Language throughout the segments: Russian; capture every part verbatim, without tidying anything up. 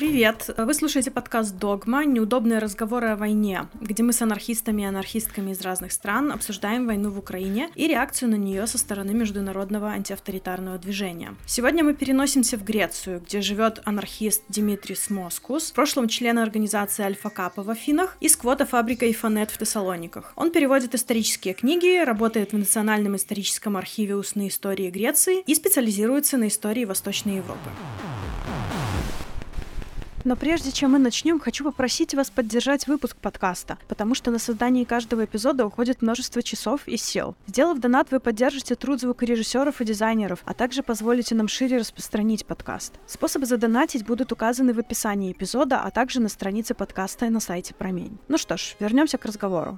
Привет! Вы слушаете подкаст «Догма. Неудобные разговоры о войне», где мы с анархистами и анархистками из разных стран обсуждаем войну в Украине и реакцию на нее со стороны международного антиавторитарного движения. Сегодня мы переносимся в Грецию, где живет анархист Димитрис Москус, в прошлом член организации Альфа Капа в Афинах и сквота фабрика Ифанет в Тессалониках. Он переводит исторические книги, работает в Национальном историческом архиве устной истории Греции и специализируется на истории Восточной Европы. Но прежде чем мы начнем, хочу попросить вас поддержать выпуск подкаста, потому что на создание каждого эпизода уходит множество часов и сил. Сделав донат, вы поддержите труд звукорежиссеров и дизайнеров, а также позволите нам шире распространить подкаст. Способы задонатить будут указаны в описании эпизода, а также на странице подкаста и на сайте Промень. Ну что ж, вернемся к разговору.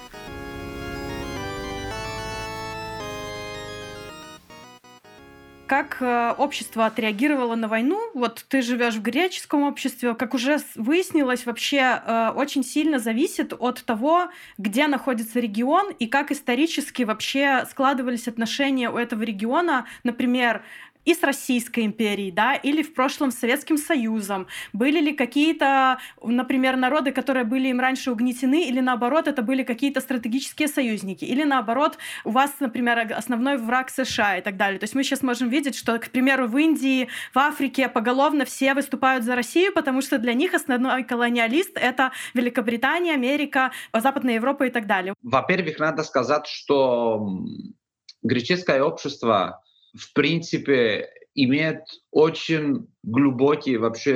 Как э, общество отреагировало на войну? Вот ты живешь в греческом обществе, как уже выяснилось, вообще э, очень сильно зависит от того, где находится регион и как исторически вообще складывались отношения у этого региона, например, и с Российской империей, да, или в прошлом с Советским Союзом. Были ли какие-то, например, народы, которые были им раньше угнетены, или наоборот, это были какие-то стратегические союзники, или наоборот, у вас, например, основной враг США и так далее. То есть мы сейчас можем видеть, что, к примеру, в Индии, в Африке поголовно все выступают за Россию, потому что для них основной колониалист — это Великобритания, Америка, Западная Европа и так далее. Во-первых, надо сказать, что греческое общество в принципе, имеет очень глубокие вообще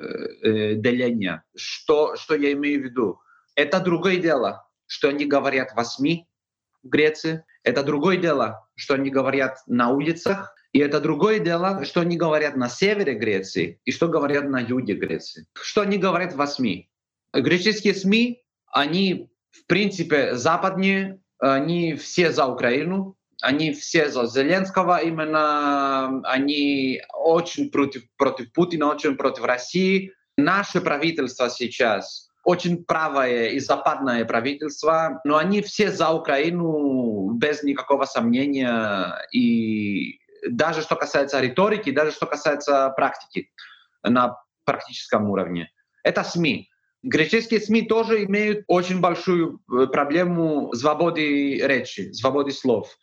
э, деления. Что, что я имею в виду? Это другое дело, что они говорят в СМИ в Греции. Это другое дело, что они говорят на улицах. И это другое дело, что они говорят на севере Греции и что говорят на юге Греции. Что они говорят в СМИ? Греческие СМИ, они в принципе западнее, они все за Украину. Они все за Зеленского именно, они очень против, против Путина, очень против России. Наше правительство сейчас очень правое и западное правительство, но они все за Украину без никакого сомнения. И даже что касается риторики, даже что касается практики на практическом уровне. Это СМИ. Греческие СМИ тоже имеют очень большую проблему свободы речи, свободы слов.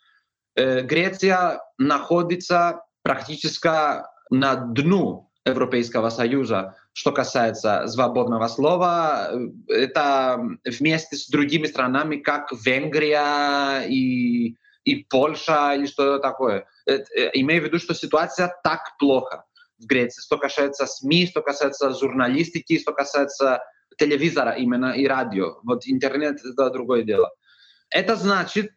Греция находится практически на дну Европейского Союза, что касается свободного слова. Это вместе с другими странами, как Венгрия и, и Польша, или что-то такое. Имею в виду, что ситуация так плохо в Греции, что касается СМИ, что касается журналистики, что касается телевизора именно и радио. Вот интернет — это другое дело. Это значит,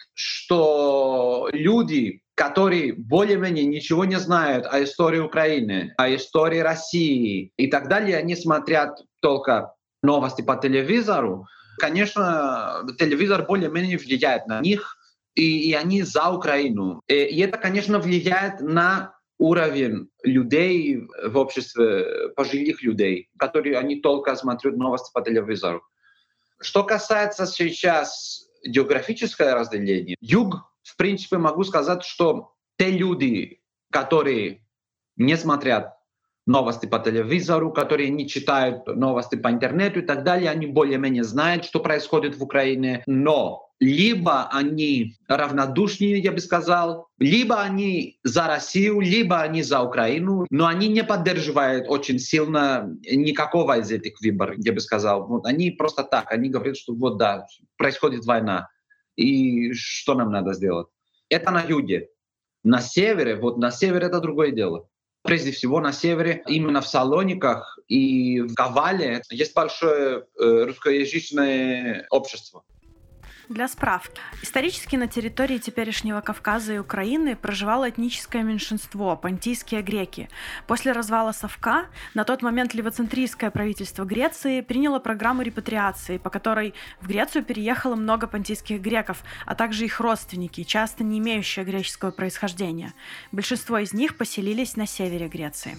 что люди, которые более-менее ничего не знают о истории Украины, о истории России и так далее, они смотрят только новости по телевизору. Конечно, телевизор более-менее влияет на них, и, и они за Украину. И, и это, конечно, влияет на уровень людей в обществе, пожилых людей, которые они только смотрят новости по телевизору. Что касается сейчас географическое разделение. Юг, в принципе, могу сказать, что те люди, которые не смотрят новости по телевизору, которые не читают новости по интернету и так далее, они более-менее знают, что происходит в Украине, но либо они равнодушны, я бы сказал, либо они за Россию, либо они за Украину, но они не поддерживают очень сильно никакого из этих выборов, я бы сказал. Вот они просто так, они говорят, что вот да, происходит война, и что нам надо сделать? Это на юге. На севере, вот на севере это другое дело. Прежде всего на севере, именно в Салониках и в Кавале есть большое э, русскоязычное общество. Для справки. Исторически на территории теперешнего Кавказа и Украины проживало этническое меньшинство — понтийские греки. После развала Совка на тот момент левоцентристское правительство Греции приняло программу репатриации, по которой в Грецию переехало много понтийских греков, а также их родственники, часто не имеющие греческого происхождения. Большинство из них поселились на севере Греции.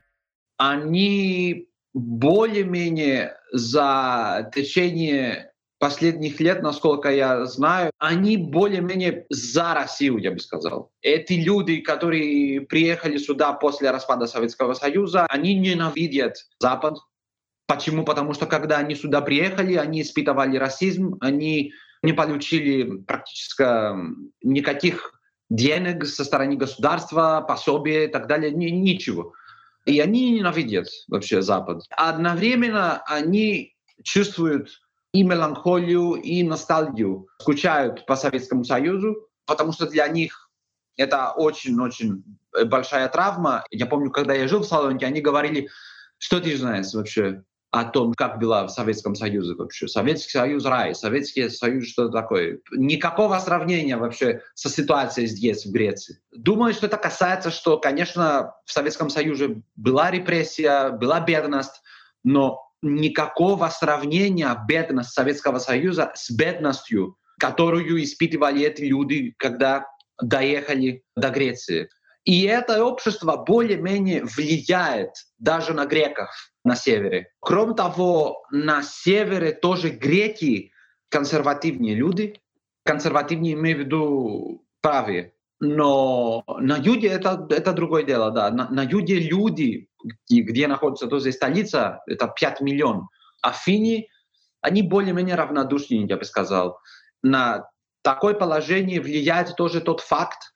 Они более-менее за течение последних лет, насколько я знаю, они более-менее за Россию, я бы сказал. Эти люди, которые приехали сюда после распада Советского Союза, они ненавидят Запад. Почему? Потому что когда они сюда приехали, они испытывали расизм, они не получили практически никаких денег со стороны государства, пособия и так далее, ни, ничего. И они ненавидят вообще Запад. Одновременно они чувствуют и меланхолию, и ностальгию, скучают по Советскому Союзу, потому что для них это очень-очень большая травма. Я помню, когда я жил в Салонике, они говорили, что ты знаешь вообще о том, как было в Советском Союзе вообще. Советский Союз — рай, Советский Союз — что такое. Никакого сравнения вообще со ситуацией здесь, в Греции. Думаю, что это касается, что, конечно, в Советском Союзе была репрессия, была бедность, но никакого сравнения бедности Советского Союза с бедностью, которую испытывали эти люди, когда доехали до Греции. И это общество более-менее влияет даже на греков на севере. Кроме того, на севере тоже греки консервативные люди. Консервативные имею в виду правые. Но на юге это, это другое дело. Да. На, на юге люди, где, где находится тоже столица, это пять миллионов. Афины, они более-менее равнодушны, я бы сказал. На такое положение влияет тоже тот факт,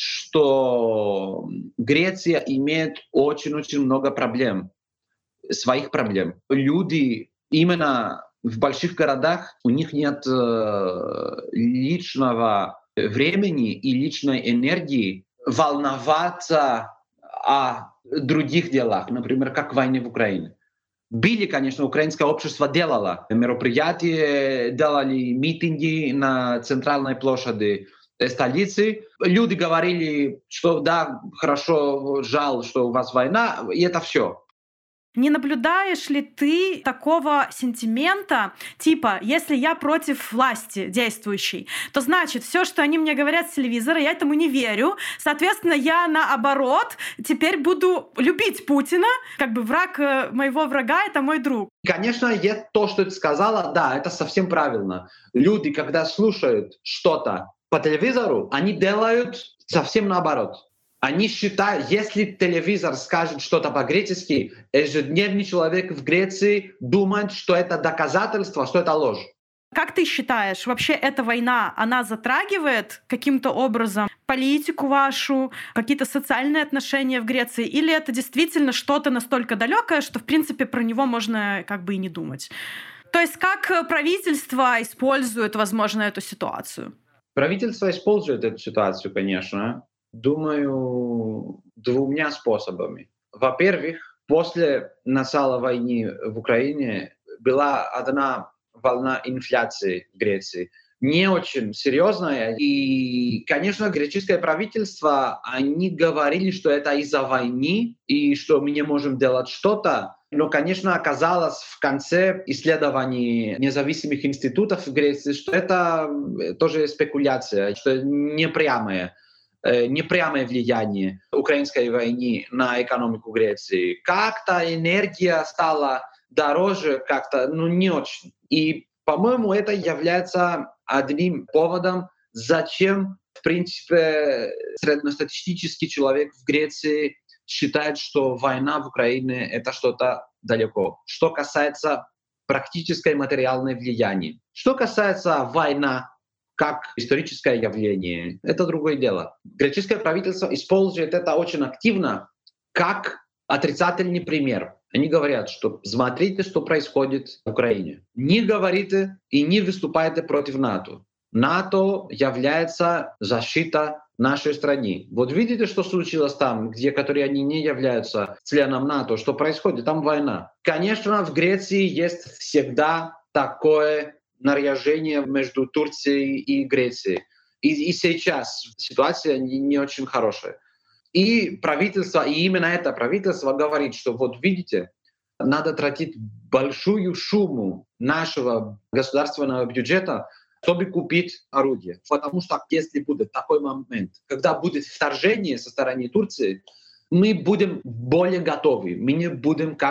что Греция имеет очень-очень много проблем, своих проблем. Люди именно в больших городах, у них нет э, личного времени и личной энергии волноваться о других делах, например, как войне в Украине. Были, конечно, украинское общество делало мероприятия, делали митинги на центральной площади столицы. Люди говорили, что да, хорошо, жаль, что у вас война, и это все. Не наблюдаешь ли ты такого сентимента, типа, если я против власти действующей, то значит, все, что они мне говорят с телевизора, я этому не верю. Соответственно, я наоборот теперь буду любить Путина, как бы враг моего врага — это мой друг. Конечно, я то, что ты сказала, да, это совсем правильно. Люди, когда слушают что-то по телевизору, они делают совсем наоборот. Они считают, если телевизор скажет что-то по-гречески, ежедневный человек в Греции думает, что это доказательство, что это ложь. Как ты считаешь, вообще эта война, она затрагивает каким-то образом политику вашу, какие-то социальные отношения в Греции, или это действительно что-то настолько далекое, что, в принципе, про него можно как бы и не думать? То есть как правительство использует, возможно, эту ситуацию? Правительство использует эту ситуацию, конечно. Думаю, двумя способами. Во-первых, после начала войны в Украине была одна волна инфляции в Греции, не очень серьезная. И, конечно, греческое правительство, они говорили, что это из-за войны и что мы не можем делать что-то. Но, конечно, оказалось в конце исследований независимых институтов в Греции, что это тоже спекуляция, что не прямая. непрямое влияние украинской войны на экономику Греции. Как-то энергия стала дороже, как-то, ну, не очень. И, по-моему, это является одним поводом, зачем, в принципе, среднестатистический человек в Греции считает, что война в Украине — это что-то далеко. Что касается практической материальной влияния. Что касается войны как историческое явление, это другое дело. Греческое правительство использует это очень активно как отрицательный пример. Они говорят, что смотрите, что происходит в Украине. Не говорите и не выступайте против НАТО. НАТО является защитой нашей страны. Вот видите, что случилось там, где которые они не являются членом НАТО, что происходит? Там война. Конечно, в Греции есть всегда такое наряжение между Турцией и Грецией. И, и сейчас ситуация не, не очень хорошая. И правительство, и именно это правительство говорит, что вот видите, надо тратить большую сумму нашего государственного бюджета, чтобы купить орудие. Потому что если будет такой момент, когда будет вторжение со стороны Турции, мы будем более готовы. Мы не будем как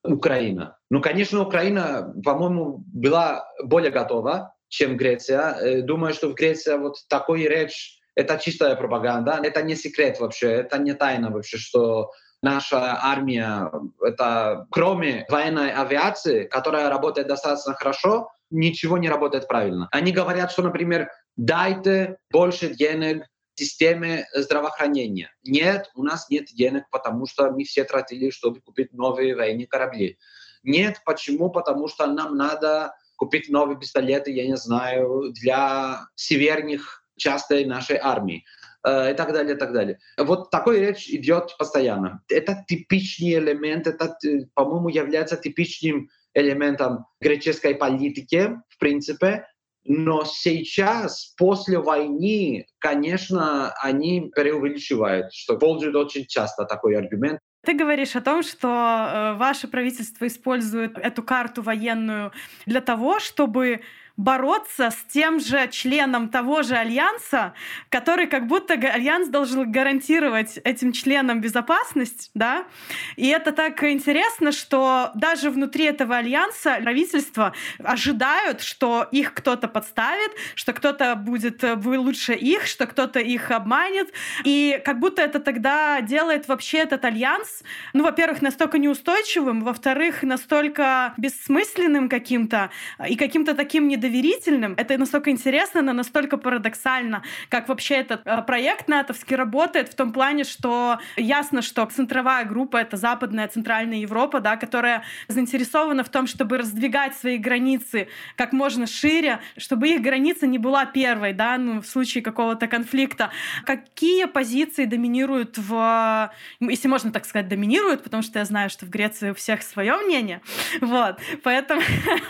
Украина. Ну, конечно, Украина, по-моему, была более готова, чем Греция. Думаю, что в Греции вот такой речь — это чистая пропаганда. Это не секрет вообще, это не тайна вообще, что наша армия, это кроме военной авиации, которая работает достаточно хорошо, ничего не работает правильно. Они говорят, что, например, дайте больше денег системе здравоохранения. Нет, у нас нет денег, потому что мы все тратили, чтобы купить новые военные корабли. Нет, почему? Потому что нам надо купить новые пистолеты, я не знаю, для северных частей нашей армии. И так далее, и так далее. Вот такой речь идет постоянно. Это типичный элемент, это, по-моему, является типичным элементом греческой политики, в принципе. Но сейчас, после войны, конечно, они преувеличивают, что используют очень часто такой аргумент. Ты говоришь о том, что э, ваше правительство использует эту карту военную для того, чтобы бороться с тем же членом того же альянса, который как будто альянс должен гарантировать этим членам безопасность, да? И это так интересно, что даже внутри этого альянса правительства ожидают, что их кто-то подставит, что кто-то будет лучше их, что кто-то их обманет. И как будто это тогда делает вообще этот альянс, ну, во-первых, настолько неустойчивым, во-вторых, настолько бессмысленным каким-то и каким-то таким недоверительным. Это настолько интересно, но настолько парадоксально, как вообще этот проект натовский работает в том плане, что ясно, что центровая группа — это Западная, Центральная Европа, да, которая заинтересована в том, чтобы раздвигать свои границы как можно шире, чтобы их граница не была первой, да, ну, в случае какого-то конфликта. Какие позиции доминируют в... Если можно так сказать, доминируют, потому что я знаю, что в Греции у всех свое мнение. Вот. Поэтому,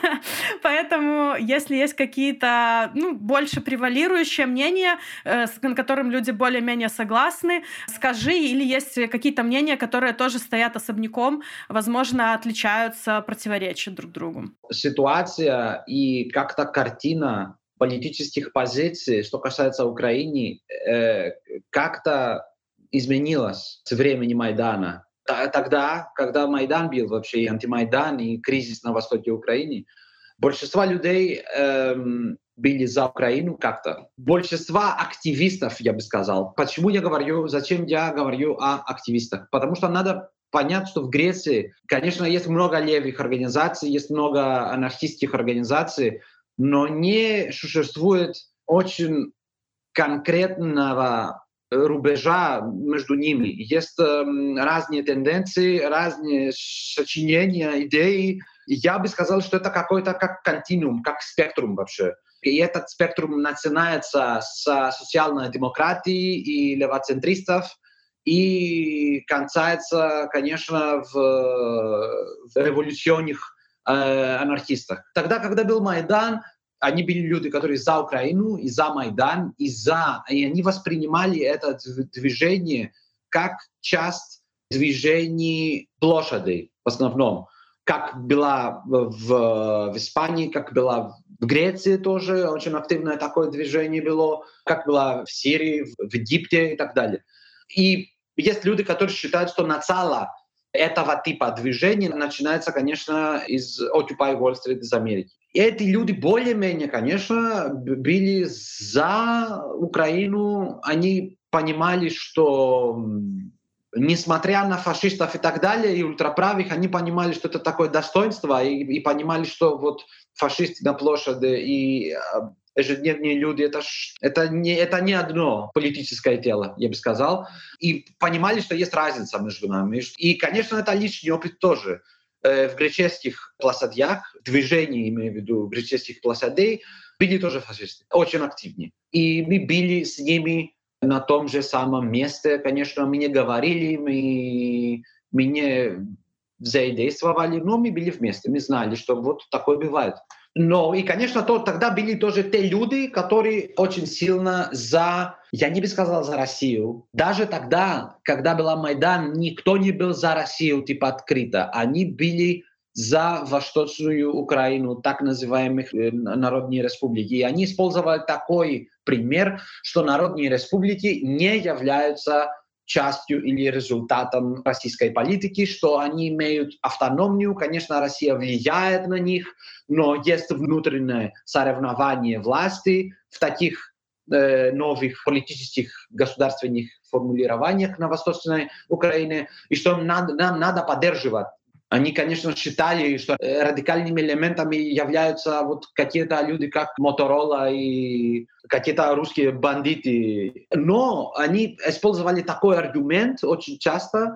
поэтому если есть какие-то, ну, больше превалирующие мнения, э, с которым люди более-менее согласны, скажи, или есть какие-то мнения, которые тоже стоят особняком, возможно, отличаются, противоречат друг другу? Ситуация и как-то картина политических позиций, что касается Украины, э, как-то изменилась с времени Майдана. Тогда, когда Майдан был вообще, и антимайдан, и кризис на востоке Украины, большинство людей эм, были за Украину как-то. Большинство активистов, я бы сказал. Почему я говорю, зачем я говорю о активистах? Потому что надо понять, что в Греции, конечно, есть много левых организаций, есть много анархистских организаций, но не существует очень конкретного рубежа между ними. Есть э, разные тенденции, разные сочинения, идеи. Я бы сказал, что это какой-то как континуум, как спектрум вообще. И этот спектрум начинается с социальной демократии и левоцентристов и кончается, конечно, в, в революционных э, анархистах. Тогда, когда был Майдан, они были люди, которые за Украину, и за Майдан, и за... И они воспринимали это движение как часть движения площади в основном. Как была в, в Испании, как была в Греции тоже, очень активное такое движение было, как было в Сирии, в, в Египте и так далее. И есть люди, которые считают, что начало этого типа движения начинается, конечно, из Occupy Wall Street из Америки. И эти люди более-менее, конечно, были за Украину. Они понимали, что несмотря на фашистов и так далее, и ультраправых, они понимали, что это такое достоинство, и, и понимали, что вот фашисты на площади и ежедневные люди, это, это, не, это не одно политическое тело, я бы сказал. И понимали, что есть разница между нами. И, конечно, это личный опыт тоже. В греческих площадях, движении, имею в виду греческих площадей, были тоже фашисты, очень активные. И мы были с ними на том же самом месте. Конечно, мы не говорили, мы, мы не взаимодействовали, но мы были вместе, мы знали, что вот такое бывает. Но и, конечно, то, тогда были тоже те люди, которые очень сильно за, я не бы сказал за Россию. Даже тогда, когда была Майдан, никто не был за Россию, типа открыто. Они были за Восточную Украину, так называемых э, народные республики. И они использовали такой пример, что народные республики не являются частью или результатом российской политики, что они имеют автономию. Конечно, Россия влияет на них, но есть внутреннее соревнование власти в таких э, новых политических государственных формулированиях на Восточной Украине, и что нам, нам надо поддерживать. Они, конечно, считали, что радикальными элементами являются вот какие-то люди, как Моторола и какие-то русские бандиты. Но они использовали такой аргумент очень часто,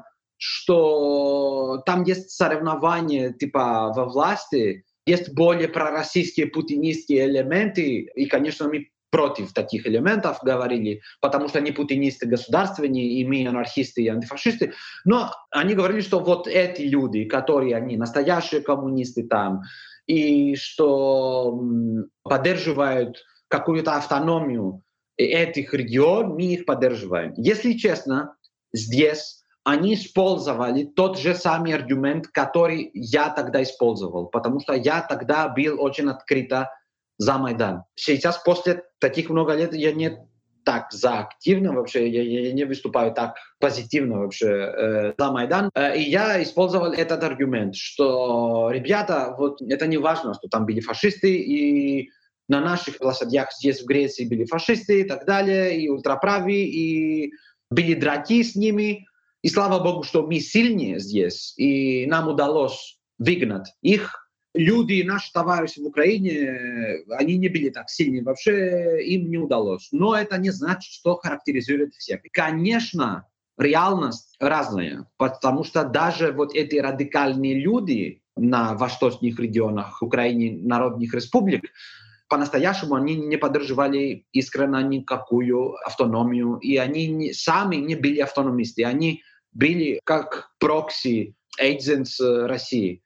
что там есть соревнования типа во власти, есть более пророссийские путинистские элементы, и, конечно, мы против таких элементов говорили, потому что они путинисты государственные, и мы анархисты и антифашисты. Но они говорили, что вот эти люди, которые они настоящие коммунисты там, и что м, поддерживают какую-то автономию этих регионов, мы их поддерживаем. Если честно, здесь они использовали тот же самый аргумент, который я тогда использовал, потому что я тогда был очень открыто за Майдан. Сейчас, после таких много лет, я не так за активно вообще, я, я не выступаю так позитивно вообще э, за Майдан. Э, и я использовал этот аргумент, что, ребята, вот это не важно, что там были фашисты, и на наших площадях здесь в Греции были фашисты и так далее, и ультраправые, и были драки с ними. И слава богу, что мы сильнее здесь, и нам удалось выгнать их. Люди, наши товарищи в Украине, они не были так сильны, вообще им не удалось. Но это не значит, что характеризует всех. Конечно, реальность разная, потому что даже вот эти радикальные люди на восточных регионах Украины, народных республик, по-настоящему они не поддерживали искренне никакую автономию, и они не, сами не были автономисты, они были как прокси, agents России.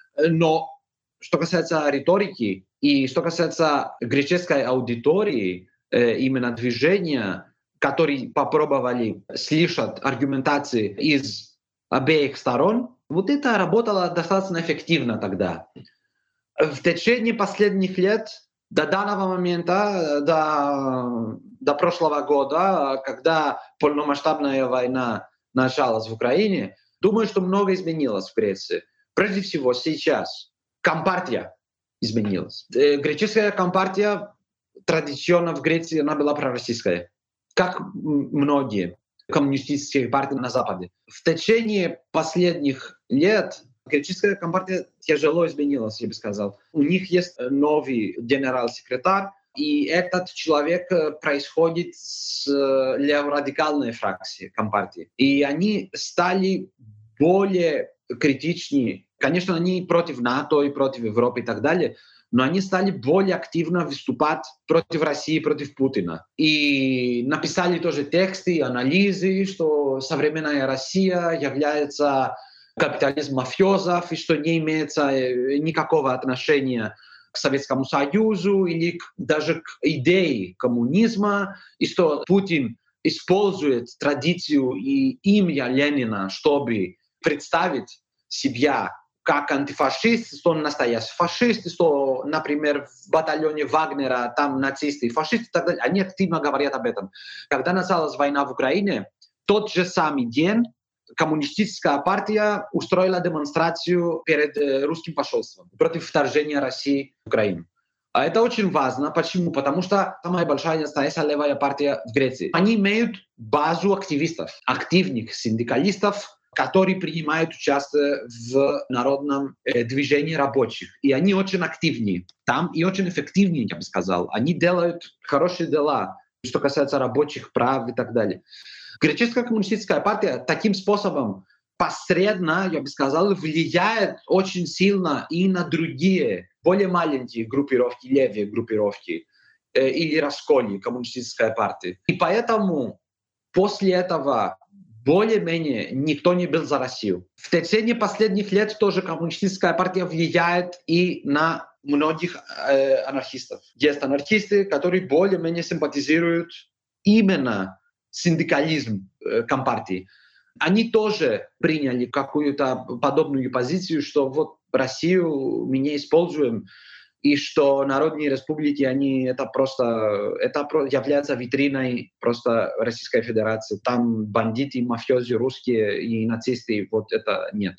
Но что касается риторики и что касается греческой аудитории, э, именно движения, которые попробовали слышать аргументации из обеих сторон, вот это работало достаточно эффективно тогда. В течение последних лет, до данного момента, до, до прошлого года, когда полномасштабная война началась в Украине, думаю, что много изменилось в Греции. Прежде всего сейчас Компартия изменилась. Греческая компартия традиционно в Греции она была пророссийская, как многие коммунистические партии на Западе. В течение последних лет греческая компартия тяжело изменилась, я бы сказал. У них есть новый генерал-секретарь, и этот человек происходит с леворадикальной фракции компартии. И они стали более критичнее. Конечно, они против НАТО и против Европы и так далее, но они стали более активно выступать против России, против Путина. И написали тоже тексты, анализы, что современная Россия является капитализмом мафиозов, и что не имеет никакого отношения к Советскому Союзу или к, даже к идее коммунизма, и что Путин использует традицию и имя Ленина, чтобы представить себя как антифашист, что он настоящий фашист, что, например, в батальоне Вагнера там нацисты и фашисты и так далее. Они активно говорят об этом. Когда началась война в Украине, тот же самый день коммунистическая партия устроила демонстрацию перед э, русским посольством против вторжения России в Украину. А это очень важно. Почему? Потому что самая большая настоящая левая партия в Греции. Они имеют базу активистов, активных синдикалистов, которые принимают участие в народном э, движении рабочих. И они очень активны там и очень эффективны, я бы сказал. Они делают хорошие дела, что касается рабочих прав и так далее. Греческая коммунистическая партия таким способом посредно, я бы сказал, влияет очень сильно и на другие, более маленькие группировки, левые группировки э, или раскольи коммунистической партии. И поэтому после этого более-менее никто не был за Россию. В течение последних лет тоже коммунистическая партия влияет и на многих э, анархистов. Есть анархисты, которые более-менее симпатизируют именно синдикализм э, компартии. Они тоже приняли какую-то подобную позицию, что вот Россию мы не используем и что народные республики, они это просто, это является витриной просто Российской Федерации. Там бандиты, мафиози, русские и нацисты, вот это нет.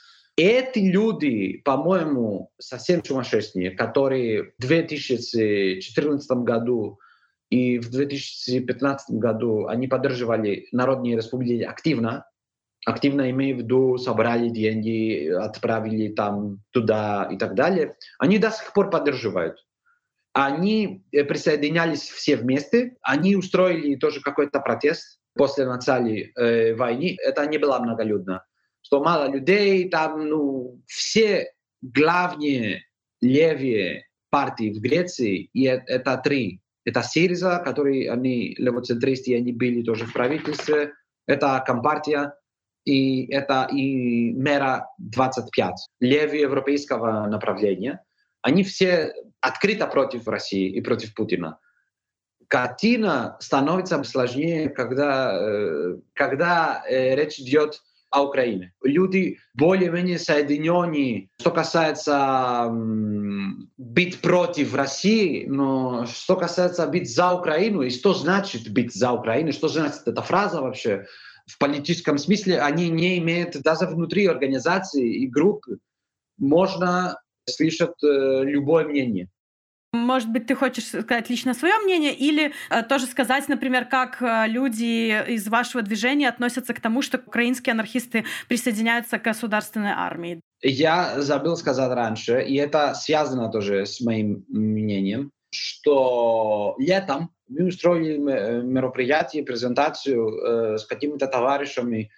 Эти люди, по-моему, совсем сумасшедшие, которые в две тысячи четырнадцатом году и в две тысячи пятнадцатом году они поддерживали народные республики активно, активно имею в виду, собрали деньги, отправили там туда и так далее, они до сих пор поддерживают. Они присоединялись все вместе, они устроили тоже какой-то протест после начала э, войны. Это не было многолюдно. Что мало людей, там ну, все главные левые партии в Греции, и это три. Это СИРИЗА, которые они левоцентристы, они были тоже в правительстве, это Компартия, и это и Мэра двадцать пять, левые европейского направления. Они все открыто против России и против Путина. Картина становится сложнее, когда, когда речь идет о Украине. Люди более-менее соединенные, что касается м, быть против России, но что касается быть за Украину, и что значит быть за Украину, что значит эта фраза вообще, в политическом смысле они не имеют, даже внутри организации и группы можно слышать э, любое мнение. Может быть, ты хочешь сказать лично свое мнение или э, тоже сказать, например, как э, люди из вашего движения относятся к тому, что украинские анархисты присоединяются к государственной армии? Я забыл сказать раньше, и это связано тоже с моим мнением, что летом мы устроили мероприятие, презентацию э, с какими-то товарищами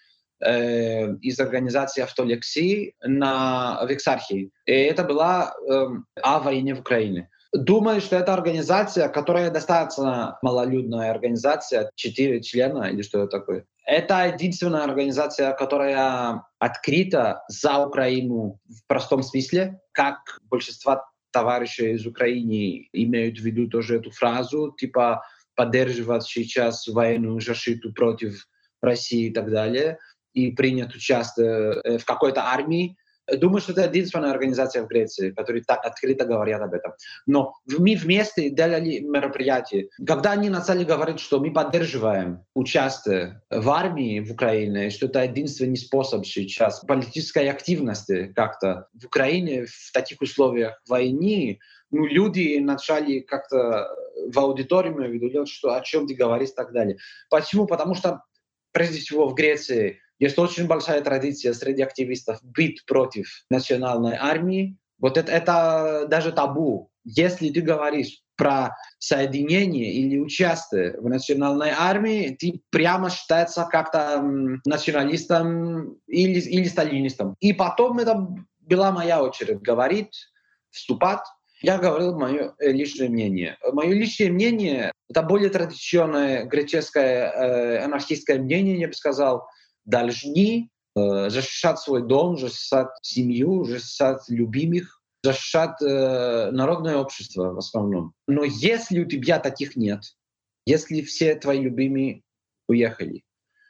э, из организации «Автолекси» на Вексархии. И это была э, о войне в Украине. Думаю, что это организация, которая достаточно малолюдная организация, четыре члена или что-то такое. Это единственная организация, которая открыта за Украину в простом смысле, как большинство товарищей из Украины имеют в виду тоже эту фразу, типа поддерживать сейчас военную защиту против России и так далее, и принять участие в какой-то армии. Думаю, что это единственная организация в Греции, которая так открыто говорят об этом. Но мы вместе делали мероприятие. Когда они начали говорить, что мы поддерживаем участие в армии в Украине, что это единственный способ сейчас политической активности как-то в Украине в таких условиях войны, ну, люди начали как-то в аудитории видеть, что о чем ты говоришь и так далее. Почему? Потому что прежде всего в Греции есть очень большая традиция среди активистов быть против национальной армии. Вот это, это даже табу. Если ты говоришь про соединение или участие в национальной армии, ты прямо считается как-то националистом или, или сталинистом. И потом это была моя очередь говорить, вступать. Я говорил мое личное мнение. Мое личное мнение — это более традиционное греческое э, анархистское мнение, я бы сказал, должны э, защищать свой дом, защищать семью, защищать любимых, защищать э, народное общество в основном. Но если у тебя таких нет, если все твои любимые уехали,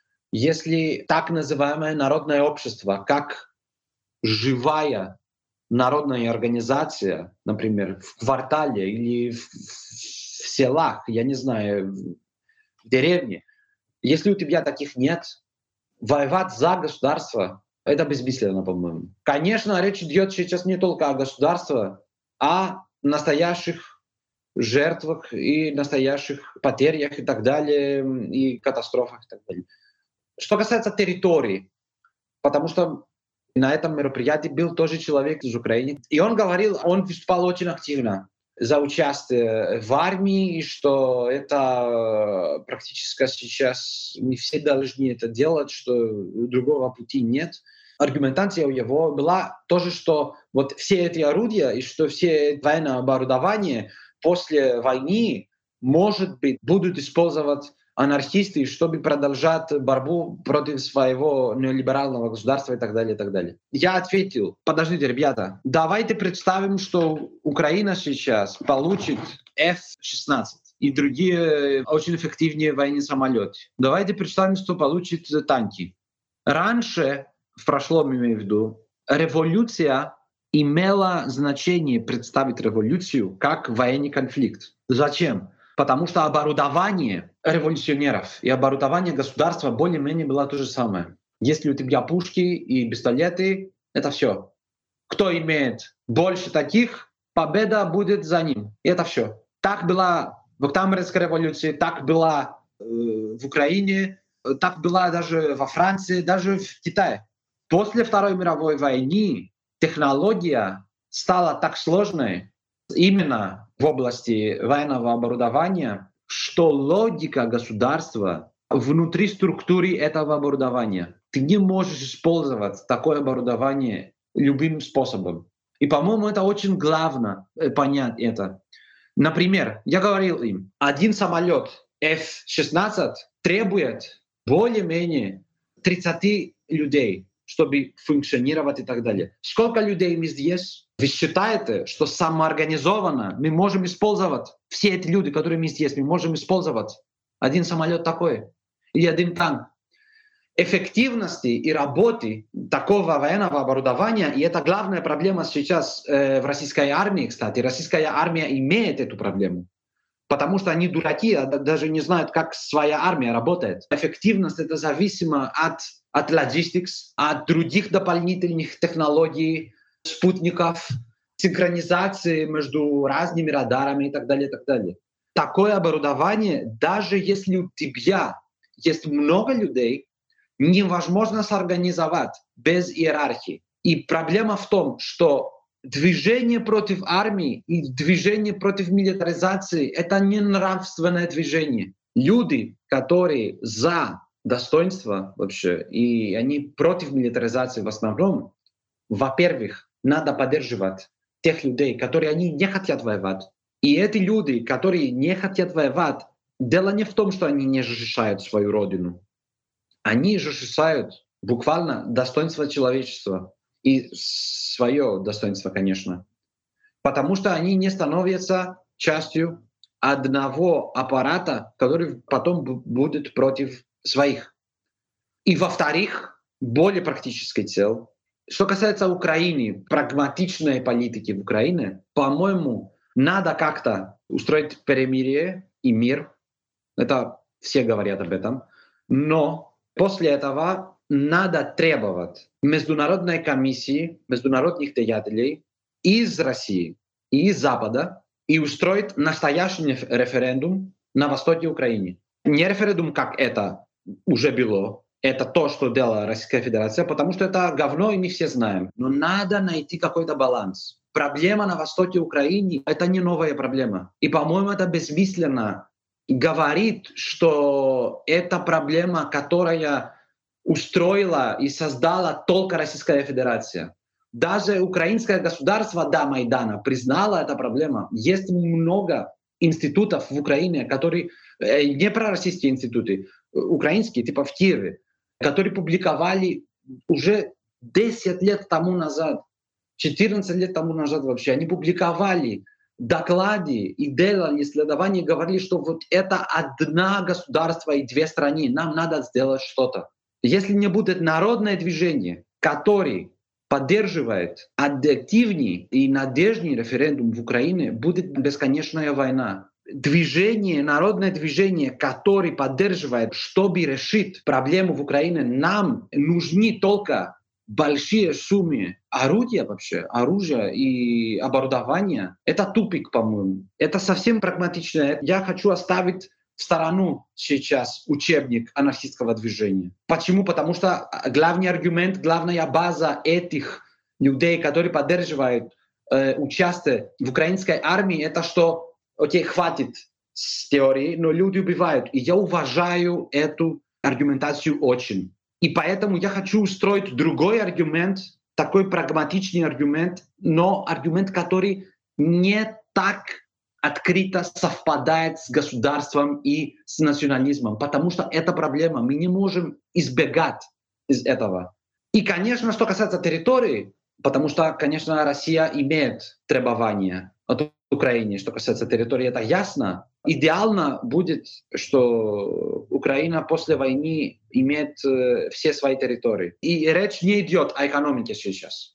если так называемое народное общество, как живая народная организация, например, в квартале или в, в селах, я не знаю, в деревне, если у тебя таких нет, воевать за государство — это бессмысленно, по-моему. Конечно, речь идет сейчас не только о государстве, а о настоящих жертвах и настоящих потерях и так далее, и катастрофах и так далее. Что касается территории, потому что на этом мероприятии был тоже человек из Украины, и он говорил, он выступал очень активно за участие в армии, и что это практически сейчас не все должны это делать, что другого пути нет. Аргументация у него была тоже, что вот все эти орудия и что все военное оборудование после войны, может быть, будут использовать анархисты, чтобы продолжать борьбу против своего неолиберального государства и так далее, и так далее. Я ответил, подождите, ребята, давайте представим, что Украина сейчас получит эф шестнадцать и другие очень эффективные военные самолеты. Давайте представим, что получит танки. Раньше, в прошлом имею в виду, революция имело значение представить революцию как военный конфликт. Зачем? Потому что оборудование революционеров и оборудование государства более-менее было то же самое. Если у тебя пушки и пистолеты, это все. Кто имеет больше таких, победа будет за ним. И это все. Так было в Октябрьской революции, так было э, в Украине, так было даже во Франции, даже в Китае. После Второй мировой войны технология стала так сложной именно в области военного оборудования, что логика государства внутри структуры этого оборудования. Ты не можешь использовать такое оборудование любым способом. И, по-моему, это очень главное понять это. Например, я говорил им, один самолет эф шестнадцать требует более-менее тридцать людей, чтобы функционировать и так далее. Сколько людей мы здесь? Вы считаете, что самоорганизованно мы можем использовать все эти люди, которые мы здесь, мы можем использовать один самолет такой или один танк? Эффективности и работы такого военного оборудования, и это главная проблема сейчас э, в российской армии, кстати. Российская армия имеет эту проблему, потому что они дураки, даже не знают, как своя армия работает. Эффективность — это зависимо от, от логистикс, от других дополнительных технологий, спутников, синхронизации между разными радарами и так далее, и так далее. Такое оборудование, даже если у тебя есть много людей, невозможно сорганизовать без иерархии. И проблема в том, что движение против армии и движение против милитаризации — это не нравственное движение. Люди, которые за достоинство вообще, и они против милитаризации в основном, во-первых, надо поддерживать тех людей, которые они не хотят воевать. И эти люди, которые не хотят воевать, дело не в том, что они не защищают свою родину. Они защищают буквально достоинство человечества и свое достоинство, конечно, потому что они не становятся частью одного аппарата, который потом будет против своих. И во-вторых, более практической цель. Что касается Украины, прагматичной политики в Украине, по-моему, надо как-то устроить перемирие и мир. Это все говорят об этом. Но после этого надо требовать международной комиссии, международных деятелей из России и из Запада и устроить настоящий референдум на востоке Украины. Не референдум, как это уже было, это то, что делала Российская Федерация, потому что это говно, и мы все знаем. Но надо найти какой-то баланс. Проблема на востоке Украины — это не новая проблема. И, по-моему, это бессмысленно говорит, что это проблема, которая устроила и создала только Российская Федерация. Даже украинское государство до Майдана признало эту проблему. Есть много институтов в Украине, которые э, не пророссийские институты, украинские, типа в Киеве, которые публиковали уже десять лет тому назад, четырнадцать лет тому назад вообще, они публиковали доклады и делали исследования, говорили, что вот это одно государство и две страны, нам надо сделать что-то. Если не будет народное движение, которое поддерживает объективный и надежный референдум в Украине, будет бесконечная война. Движение, народное движение, которое поддерживает, чтобы решить проблему в Украине, нам нужны только большие суммы орудия вообще, оружия и оборудования. Это тупик, по-моему. Это совсем прагматично. Я хочу оставить в сторону сейчас учебник анархистского движения. Почему? Потому что главный аргумент, главная база этих людей, которые поддерживают э, участие в украинской армии, это что, окей, хватит с теории, но люди убивают. И я уважаю эту аргументацию очень. И поэтому я хочу устроить другой аргумент, такой прагматичный аргумент, но аргумент, который не так открыто совпадает с государством и с национализмом, потому что это проблема. Мы не можем избегать из этого. И, конечно, что касается территории, потому что, конечно, Россия имеет требования от Украины, что касается территории, это ясно. Идеально будет, что Украина после войны имеет э, все свои территории. И речь не идет о экономике сейчас.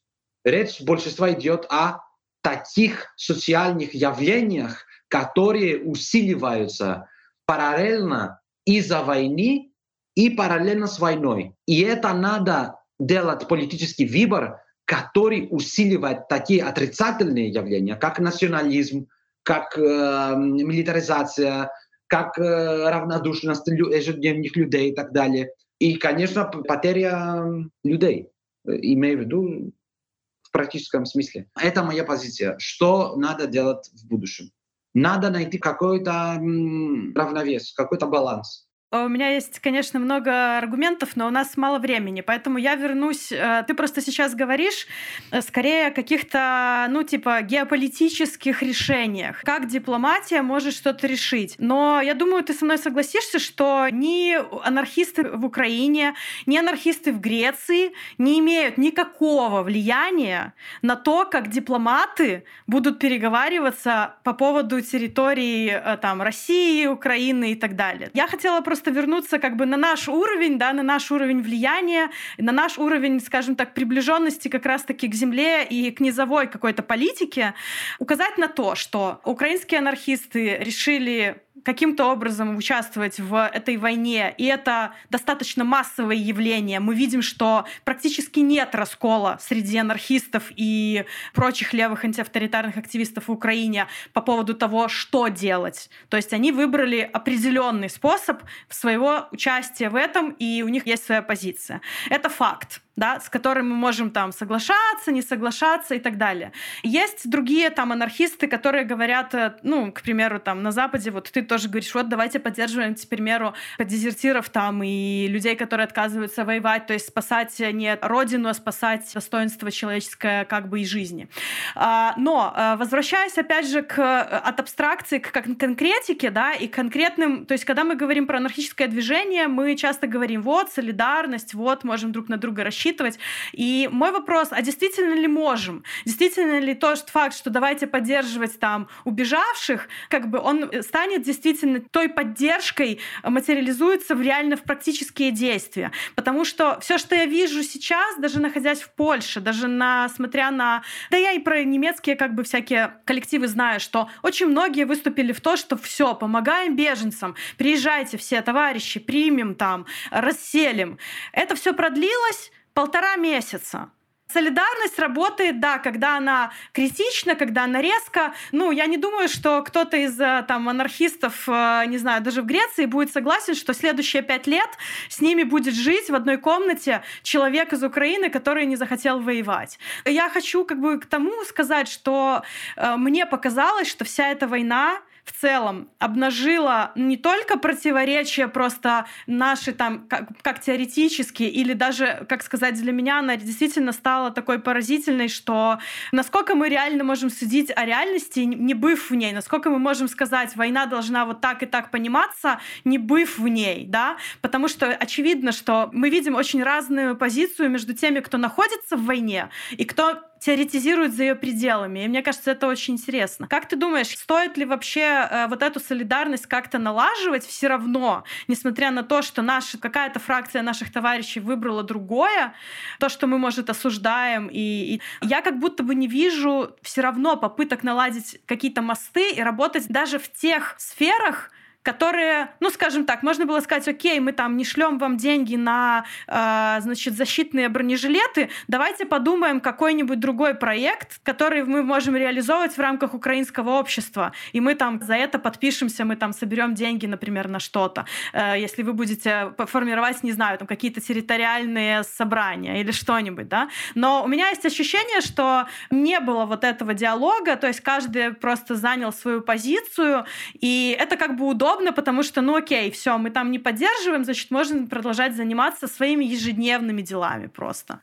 Речь большинства идет о таких социальных явлениях, которые усиливаются параллельно из-за войны и параллельно с войной. И это надо делать политический выбор, который усиливает такие отрицательные явления, как национализм, как э, милитаризация, как э, равнодушность лю- ежедневных людей и так далее. И, конечно, п- потеря людей, э, имею в виду в практическом смысле. Это моя позиция. Что надо делать в будущем? Надо найти какой-то м, равновес, какой-то баланс. У меня есть, конечно, много аргументов, но у нас мало времени, поэтому я вернусь. э, Ты просто сейчас говоришь э, скорее о каких-то, ну, типа, геополитических решениях. Как дипломатия может что-то решить. Но я думаю, ты со мной согласишься, что ни анархисты в Украине, ни анархисты в Греции не имеют никакого влияния на то, как дипломаты будут переговариваться по поводу территории э, там, России, Украины и так далее. Я хотела просто вернуться как бы на наш уровень, да, на наш уровень влияния, на наш уровень, скажем так, приближенности как раз-таки к земле и к низовой какой-то политике, указать на то, что украинские анархисты решили каким-то образом участвовать в этой войне, и это достаточно массовое явление. Мы видим, что практически нет раскола среди анархистов и прочих левых антиавторитарных активистов в Украине по поводу того, что делать. То есть они выбрали определенный способ своего участия в этом, и у них есть своя позиция. Это факт, да, с которым мы можем там соглашаться, не соглашаться и так далее. Есть другие там анархисты, которые говорят, ну, к примеру, там на Западе, вот ты тоже говоришь, вот давайте поддерживаем, к примеру, дезертиров там и людей, которые отказываются воевать, то есть спасать не родину, а спасать достоинство человеческое как бы и жизни. Но возвращаясь опять же к, от абстракции к конкретике, да, и конкретным, то есть когда мы говорим про анархическое движение, мы часто говорим, вот, солидарность, вот, можем друг на друга рассчитывать. И мой вопрос, а действительно ли можем? Действительно ли тот факт, что давайте поддерживать там убежавших, как бы он станет действительно той поддержкой, материализуется в реально в практические действия? Потому что все, что я вижу сейчас, даже находясь в Польше, даже на, смотря на... Да я и про немецкие как бы всякие коллективы знаю, что очень многие выступили в то, что все, помогаем беженцам, приезжайте все, товарищи, примем там, расселим. Это все продлилось полтора месяца. Солидарность работает, да, когда она критична, когда она резко. Ну, я не думаю, что кто-то из там анархистов, не знаю, даже в Греции будет согласен, что следующие пять лет с ними будет жить в одной комнате человек из Украины, который не захотел воевать. Я хочу как бы к тому сказать, что э, мне показалось, что вся эта война в целом обнажила не только противоречия просто наши там как, как теоретические, или даже, как сказать, для меня она действительно стала такой поразительной, что насколько мы реально можем судить о реальности, не быв в ней, насколько мы можем сказать, война должна вот так и так пониматься, не быв в ней, да, потому что очевидно, что мы видим очень разную позицию между теми, кто находится в войне, и кто теоретизирует за ее пределами. И мне кажется, это очень интересно. Как ты думаешь, стоит ли вообще э, вот эту солидарность как-то налаживать все равно, несмотря на то, что наша, какая-то фракция наших товарищей выбрала другое, то, что мы, может, осуждаем. И, и я как будто бы не вижу все равно попыток наладить какие-то мосты и работать даже в тех сферах, которые, ну, скажем так, можно было сказать, окей, мы там не шлем вам деньги на, э, значит, защитные бронежилеты, давайте подумаем какой-нибудь другой проект, который мы можем реализовывать в рамках украинского общества, и мы там за это подпишемся, мы там соберем деньги, например, на что-то, э, если вы будете формировать, не знаю, там какие-то территориальные собрания или что-нибудь, да. Но у меня есть ощущение, что не было вот этого диалога, то есть каждый просто занял свою позицию, и это как бы удобно, потому что, ну окей, все, мы там не поддерживаем, значит, можно продолжать заниматься своими ежедневными делами просто.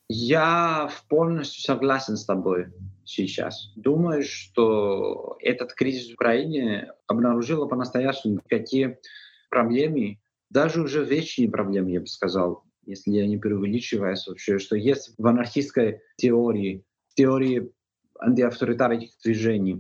Я полностью согласен с тобой сейчас. Думаю, что этот кризис в Украине обнаружил по-настоящему, какие проблемы, даже уже вечные проблемы, я бы сказал, если я не преувеличиваю вообще, что есть в анархистской теории, теории антиавторитарных движений.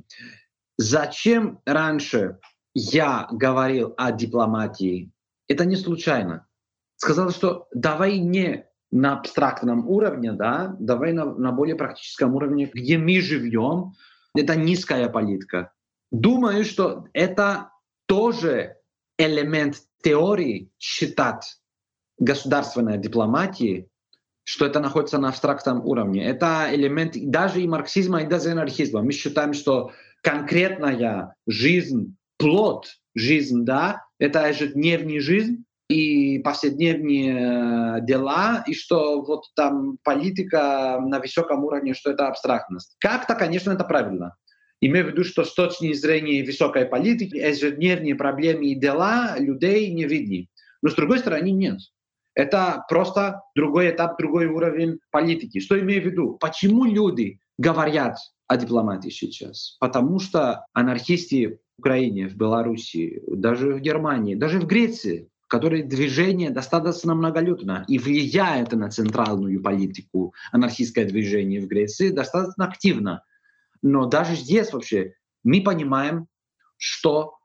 Зачем раньше я говорил о дипломатии? Это не случайно. Сказал, что давай не на абстрактном уровне, да, давай на, на более практическом уровне, где мы живем, это низкая политика. Думаю, что это тоже элемент теории считать государственной дипломатии, что это находится на абстрактном уровне. Это элемент даже и марксизма, и даже анархизма. Мы считаем, что конкретная жизнь, плод жизнь, да, это ежедневная жизнь и повседневные дела, и что вот там политика на высоком уровне, что это абстрактность. Как-то, конечно, это правильно. Имею в виду, что с точки зрения высокой политики ежедневные проблемы и дела людей не видны. Но с другой стороны, нет. Это просто другой этап, другой уровень политики. Что имею в виду? Почему люди говорят о дипломатии сейчас? Потому что анархисты в Украине, в Беларуси, даже в Германии, даже в Греции, которые движение достаточно многолюдно и влияет на центральную политику, анархистское движение в Греции достаточно активно. Но даже здесь вообще мы понимаем, что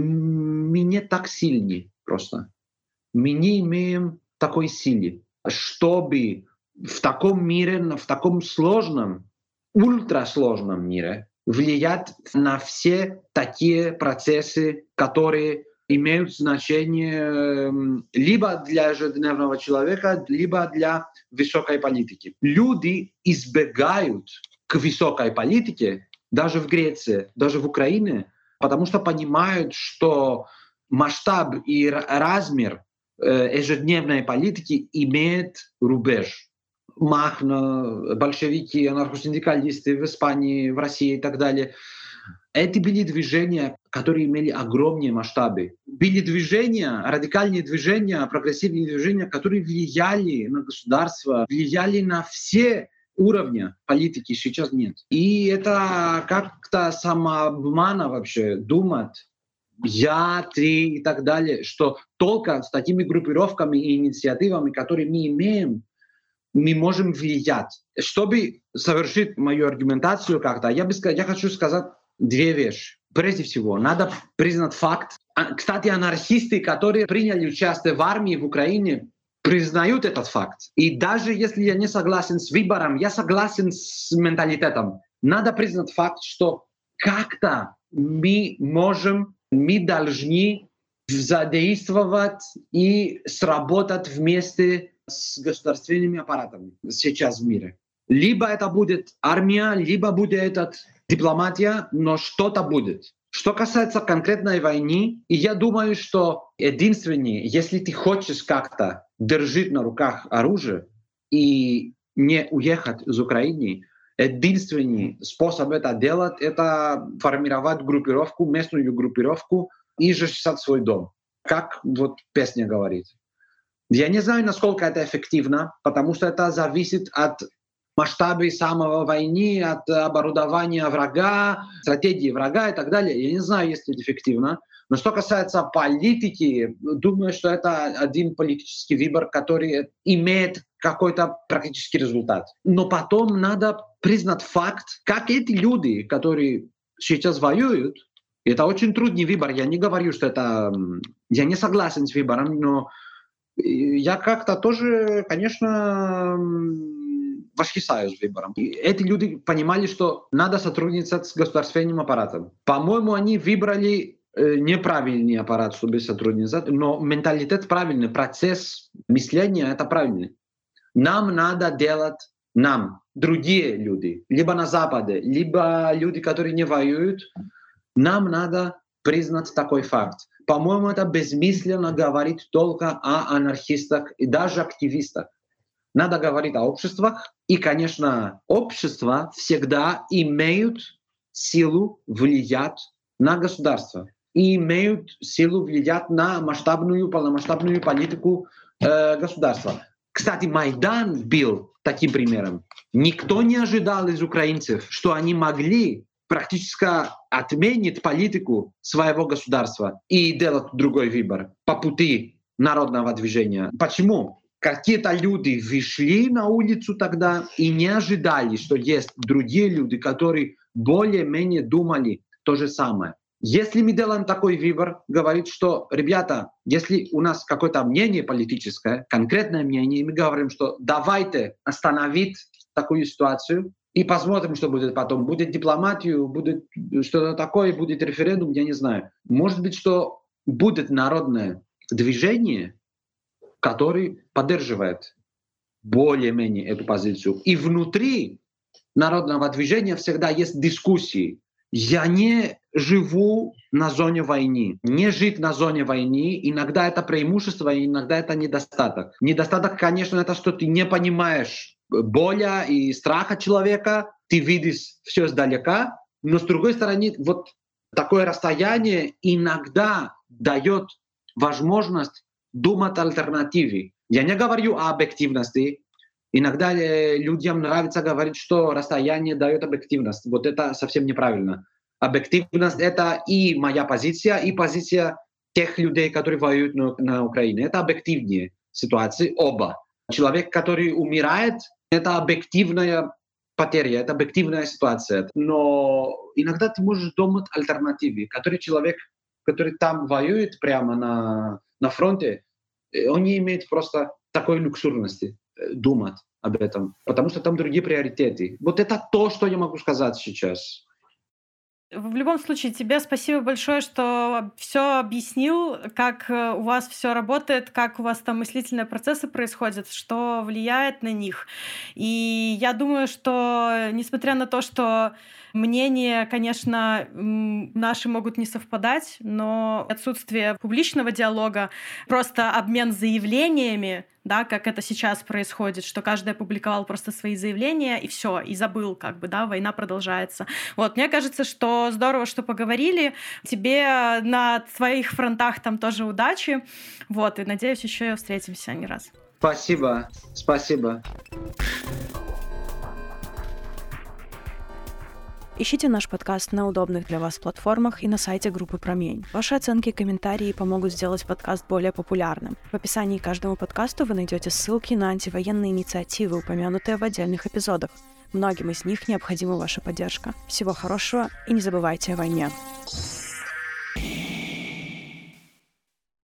мы не так сильны просто. Мы не имеем такой силы, чтобы в таком мире, в таком сложном, ультрасложном мире влиять на все такие процессы, которые имеют значение либо для ежедневного человека, либо для высокой политики. Люди избегают к высокой политике даже в Греции, даже в Украине, потому что понимают, что масштаб и размер ежедневной политики имеет рубеж. Махно, большевики, анархосиндикалисты в Испании, в России и так далее. Это были движения, которые имели огромные масштабы. Были движения, радикальные движения, прогрессивные движения, которые влияли на государство, влияли на все уровни политики, сейчас нет. И это как-то самообмана вообще думать, я, ты и так далее, что только с такими группировками и инициативами, которые мы имеем, мы можем влиять. Чтобы совершить мою аргументацию как-то, я, бы, я хочу сказать две вещи. Прежде всего, надо признать факт. Кстати, анархисты, которые приняли участие в армии в Украине, признают этот факт. И даже если я не согласен с выбором, я согласен с менталитетом. Надо признать факт, что как-то мы можем, мы должны задействовать и сработать вместе с государственными аппаратами сейчас в мире. Либо это будет армия, либо будет этот дипломатия, но что-то будет. Что касается конкретной войны, и я думаю, что единственное, если ты хочешь как-то держать на руках оружие и не уехать из Украины, единственный способ это делать — это формировать группировку, местную группировку и защищать свой дом. Как вот песня говорит. Я не знаю, насколько это эффективно, потому что это зависит от масштабы самой войны, от оборудования врага, стратегии врага и так далее. Я не знаю, если это эффективно. Но что касается политики, думаю, что это один политический выбор, который имеет какой-то практический результат. Но потом надо признать факт, как эти люди, которые сейчас воюют, это очень трудный выбор. Я не говорю, что это... Я не согласен с выбором, но я как-то тоже, конечно, восхищаюсь выбором. И эти люди понимали, что надо сотрудничать с государственным аппаратом. По-моему, они выбрали неправильный аппарат, чтобы сотрудничать, но менталитет правильный, процесс мышления — это правильный. Нам надо делать, нам, другие люди, либо на Западе, либо люди, которые не воюют, нам надо признать такой факт. По-моему, это бессмысленно говорить только о анархистах и даже активистах. Надо говорить о обществах. И, конечно, общества всегда имеют силу влиять на государство и имеют силу влиять на масштабную, полномасштабную политику э, государства. Кстати, Майдан был таким примером. Никто не ожидал из украинцев, что они могли практически отменить политику своего государства и делать другой выбор по пути народного движения. Почему? Какие-то люди вышли на улицу тогда и не ожидали, что есть другие люди, которые более-менее думали то же самое. Если мы делаем такой выбор, говорит, что, ребята, если у нас какое-то мнение политическое, конкретное мнение, мы говорим, что давайте остановить такую ситуацию и посмотрим, что будет потом. Будет дипломатию, будет что-то такое, будет референдум, я не знаю. Может быть, что будет народное движение, которое поддерживает более-менее эту позицию. И внутри народного движения всегда есть дискуссии. Я не живу на зоне войны. Не жить на зоне войны, иногда это преимущество, иногда это недостаток. Недостаток, конечно, это что ты не понимаешь боли и страха человека, ты видишь все издалека, но с другой стороны, вот такое расстояние иногда дает возможность думать о альтернативе. Я не говорю о объективности. Иногда людям нравится говорить, что расстояние дает объективность. Вот это совсем неправильно. Объективность — это и моя позиция, и позиция тех людей, которые воюют на, на Украине. Это объективные ситуации оба. Человек, который умирает, это объективная потеря, это объективная ситуация. Но иногда ты можешь думать о альтернативе. Который человек, который там воюет прямо на, на фронте, он не имеет просто такой люксурности думать об этом, потому что там другие приоритеты. Вот это то, что я могу сказать сейчас. В любом случае, тебе спасибо большое, что все объяснил, как у вас все работает, как у вас там мыслительные процессы происходят, что влияет на них. И я думаю, что несмотря на то, что мнения, конечно, наши могут не совпадать, но отсутствие публичного диалога, просто обмен заявлениями, да, как это сейчас происходит, что каждый опубликовал просто свои заявления и все, и забыл, как бы, да, война продолжается. Вот, мне кажется, что здорово, что поговорили. Тебе на своих фронтах там тоже удачи. Вот, и надеюсь, еще встретимся не раз. Спасибо, спасибо. Ищите наш подкаст на удобных для вас платформах и на сайте группы «Промень». Ваши оценки и комментарии помогут сделать подкаст более популярным. В описании к каждому подкасту вы найдете ссылки на антивоенные инициативы, упомянутые в отдельных эпизодах. Многим из них необходима ваша поддержка. Всего хорошего и не забывайте о войне.